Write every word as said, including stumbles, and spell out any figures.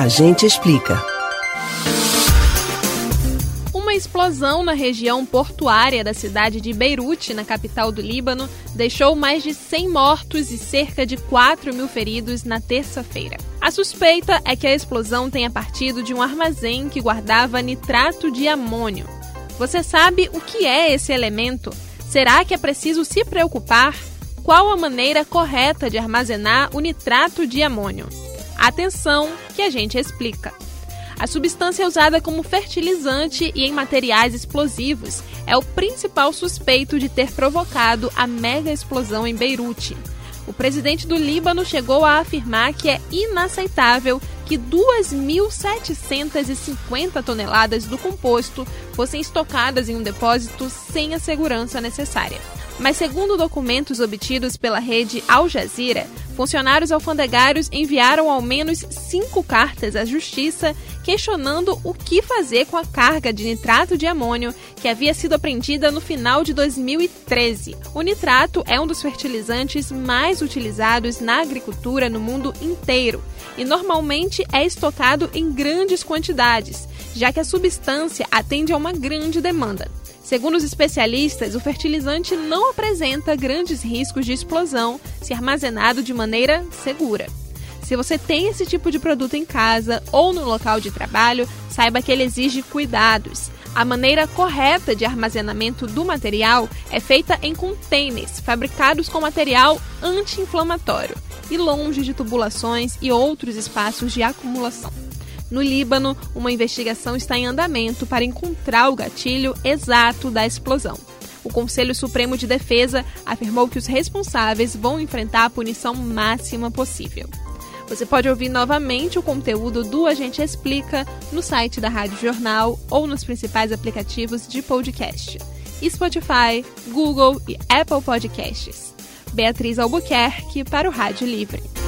A gente explica. Uma explosão na região portuária da cidade de Beirute, na capital do Líbano, deixou mais de cem mortos e cerca de quatro mil feridos na terça-feira. A suspeita é que a explosão tenha partido de um armazém que guardava nitrato de amônio. Você sabe o que é esse elemento? Será que é preciso se preocupar? Qual a maneira correta de armazenar o nitrato de amônio? Atenção, que a gente explica. A substância usada como fertilizante e em materiais explosivos é o principal suspeito de ter provocado a mega explosão em Beirute. O presidente do Líbano chegou a afirmar que é inaceitável que duas mil setecentas e cinquenta toneladas do composto fossem estocadas em um depósito sem a segurança necessária. Mas, segundo documentos obtidos pela rede Al Jazeera, funcionários alfandegários enviaram ao menos cinco cartas à justiça questionando o que fazer com a carga de nitrato de amônio que havia sido apreendida no final de dois mil e treze. O nitrato é um dos fertilizantes mais utilizados na agricultura no mundo inteiro e normalmente é estocado em grandes quantidades, já que a substância atende a uma grande demanda. Segundo os especialistas, o fertilizante não apresenta grandes riscos de explosão se armazenado de maneira segura. Se você tem esse tipo de produto em casa ou no local de trabalho, saiba que ele exige cuidados. A maneira correta de armazenamento do material é feita em containers fabricados com material anti-inflamatório e longe de tubulações e outros espaços de acumulação. No Líbano, uma investigação está em andamento para encontrar o gatilho exato da explosão. O Conselho Supremo de Defesa afirmou que os responsáveis vão enfrentar a punição máxima possível. Você pode ouvir novamente o conteúdo do A Gente Explica no site da Rádio Jornal ou nos principais aplicativos de podcast: Spotify, Google e Apple Podcasts. Beatriz Albuquerque para o Rádio Livre.